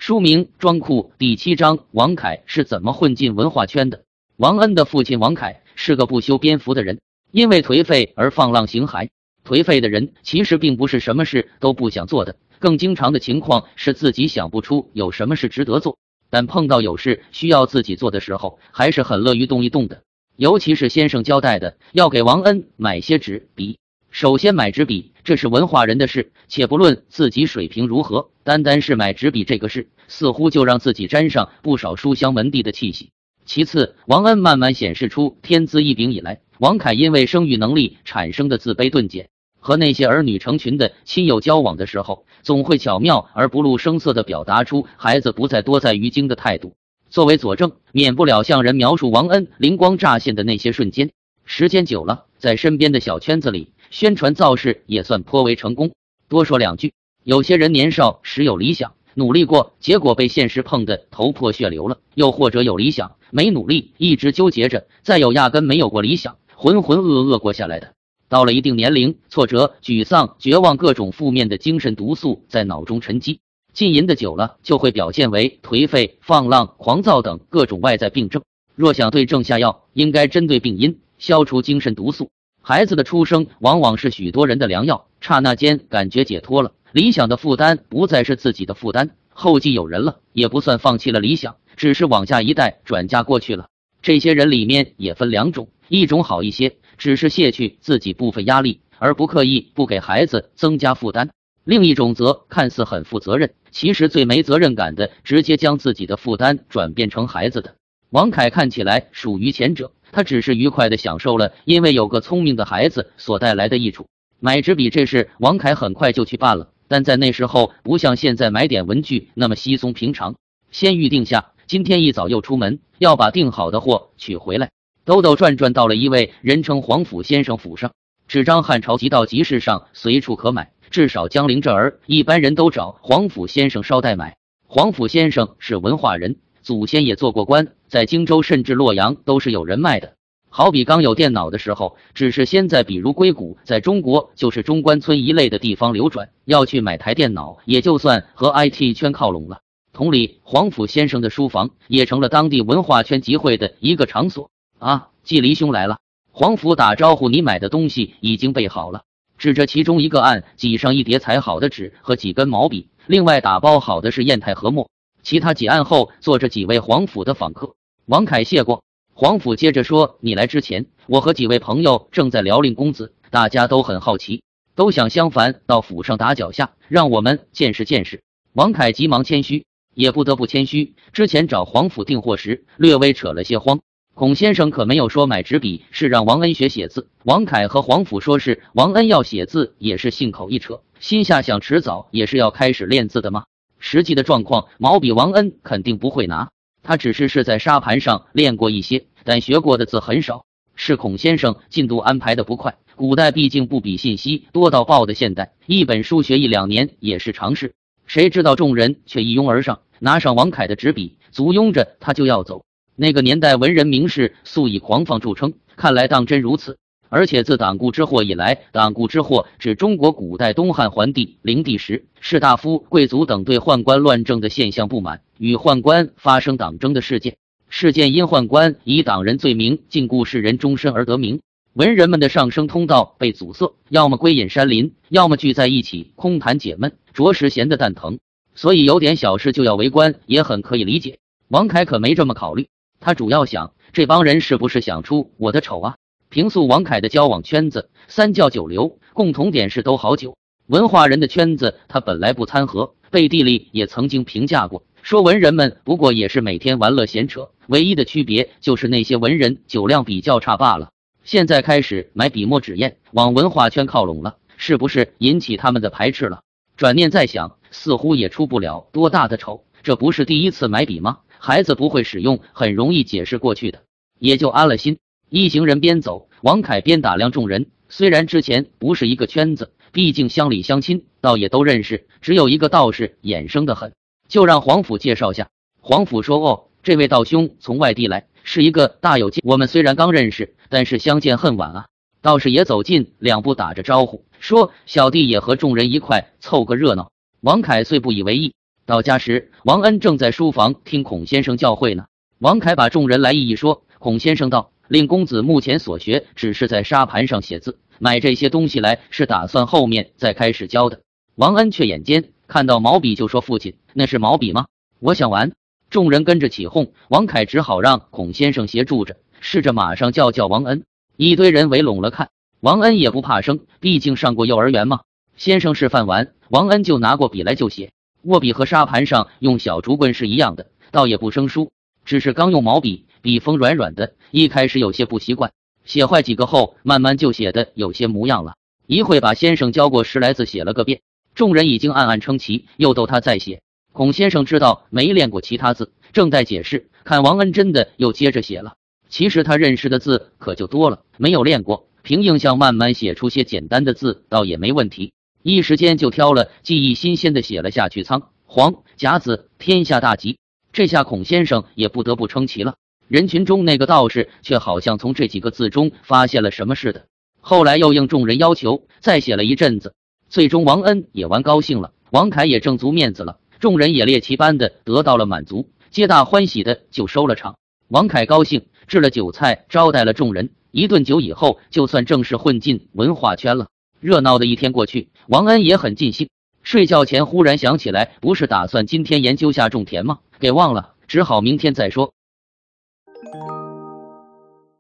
书名《装库》第7章：王凯是怎么混进文化圈的？王恩的父亲王凯是个不修边幅的人，因为颓废而放浪形骸。颓废的人其实并不是什么事都不想做的，更经常的情况是自己想不出有什么事值得做，但碰到有事需要自己做的时候，还是很乐于动一动的。尤其是先生交代的要给王恩买些纸笔，首先买纸笔，这是文化人的事，且不论自己水平如何，单是买纸笔这个事，似乎就让自己沾上不少书香门第的气息。其次，王恩慢慢显示出天资异禀以来，王凯因为生育能力产生的自卑顿减，和那些儿女成群的亲友交往的时候，总会巧妙而不露声色地表达出孩子不再多在于精的态度。作为佐证，免不了向人描述王恩灵光乍现的那些瞬间。时间久了，在身边的小圈子里，宣传造势也算颇为成功。多说两句，有些人年少时有理想，努力过，结果被现实碰得头破血流了；又或者有理想，没努力，一直纠结着；再有压根没有过理想，浑浑噩噩过下来的。到了一定年龄，挫折、沮丧、绝望，各种负面的精神毒素在脑中沉积，浸淫的久了，就会表现为颓废、放浪、狂躁等各种外在病症。若想对症下药，应该针对病因，消除精神毒素。孩子的出生往往是许多人的良药，刹那间感觉解脱了，理想的负担不再是自己的负担，后继有人了，也不算放弃了理想，只是往下一代转嫁过去了。这些人里面也分两种，一种好一些，只是卸去自己部分压力，而不刻意不给孩子增加负担；另一种则看似很负责任，其实最没责任感的，直接将自己的负担转变成孩子的。王凯看起来属于前者，他只是愉快地享受了因为有个聪明的孩子所带来的益处。买纸笔这事，王凯很快就去办了，但在那时候不像现在买点文具那么稀松平常，先预定下，今天一早又出门，要把订好的货取回来。兜兜转转到了一位人称黄甫先生府上，纸张汉朝集到集市上随处可买，至少江陵这儿一般人都找黄甫先生捎带买。黄甫先生是文化人，祖先也做过官，在荆州甚至洛阳都是有人脉的。好比刚有电脑的时候，只是现在比如硅谷在中国就是中关村一类的地方流转，要去买台电脑也就算和 IT 圈靠拢了。同理，黄甫先生的书房也成了当地文化圈集会的一个场所。啊，季离兄来了。黄甫打招呼，你买的东西已经备好了，指着其中一个案挤上一叠裁好的纸和几根毛笔，另外打包好的是砚台和墨。其他几案后坐着几位黄甫的访客。王凯谢过。黄甫接着说，你来之前，我和几位朋友正在聊令公子，大家都很好奇，都想相反到府上打脚下，让我们见识见识。王凯急忙谦虚，也不得不谦虚，之前找黄甫订货时略微扯了些慌。孔先生可没有说买纸笔是让王恩学写字，王凯和黄甫说是王恩要写字，也是信口一扯，心下想迟早也是要开始练字的吗？实际的状况，毛笔王恩肯定不会拿，他只是在沙盘上练过一些，但学过的字很少。是孔先生进度安排的不快，古代毕竟不比信息多到爆的现代，一本书学1-2年也是常事。谁知道众人却一拥而上，拿上王凯的纸笔，簇拥着他就要走。那个年代文人名士素以狂放著称，看来当真如此。而且自党锢之祸以来，党锢之祸指中国古代东汉桓帝、灵帝时，士大夫、贵族等对宦官乱政的现象不满，与宦官发生党争的事件。事件因宦官以党人罪名禁锢世人终身而得名，文人们的上升通道被阻塞，要么归隐山林，要么聚在一起空谈解闷，着实闲得蛋疼。所以有点小事就要围观，也很可以理解。王凯可没这么考虑，他主要想，这帮人是不是想出我的丑啊？平素王凯的交往圈子三教九流，共同点是都好酒。文化人的圈子他本来不参合，背地里也曾经评价过，说文人们不过也是每天玩乐闲扯，唯一的区别就是那些文人酒量比较差罢了。现在开始买笔墨纸砚，往文化圈靠拢了，是不是引起他们的排斥了？转念再想，似乎也出不了多大的丑，这不是第一次买笔吗？孩子不会使用，很容易解释过去的，也就安了心。一行人边走，王凯边打量众人，虽然之前不是一个圈子，毕竟乡里乡亲，倒也都认识，只有一个道士眼生得很，就让黄甫介绍下。黄甫说，哦，这位道兄从外地来，是一个大有见，我们虽然刚认识，但是相见恨晚啊。道士也走近2步打着招呼，说小弟也和众人一块凑个热闹。王凯虽不以为意， 到家时，王恩正在书房听孔先生教诲呢。王凯把众人来意一说，孔先生道：“令公子目前所学只是在沙盘上写字，买这些东西来是打算后面再开始教的。”王恩却眼尖，看到毛笔就说：“父亲，那是毛笔吗？我想玩。”众人跟着起哄，王凯只好让孔先生协助着，试着马上叫王恩。一堆人围拢了看，王恩也不怕生，毕竟上过幼儿园嘛。先生示范完，王恩就拿过笔来就写。握笔和沙盘上用小竹棍是一样的，倒也不生疏，只是刚用毛笔，笔锋软软的，一开始有些不习惯，写坏几个后，慢慢就写的有些模样了。一会把先生教过10来字写了个遍，众人已经暗暗称奇，又逗他再写。孔先生知道没练过其他字，正在解释，看王恩真的又接着写了。其实他认识的字可就多了，没有练过，凭印象慢慢写出些简单的字倒也没问题。一时间就挑了记忆新鲜的写了下去，仓、黄、甲子，天下大吉。这下孔先生也不得不称奇了。人群中那个道士却好像从这几个字中发现了什么似的，后来又应众人要求再写了一阵子。最终王恩也玩高兴了，王凯也挣足面子了，众人也猎奇般的得到了满足，皆大欢喜的就收了场。王凯高兴，置了酒菜招待了众人。一顿酒以后，就算正式混进文化圈了。热闹的一天过去，王恩也很尽兴。睡觉前忽然想起来，不是打算今天研究下种田吗？给忘了，只好明天再说。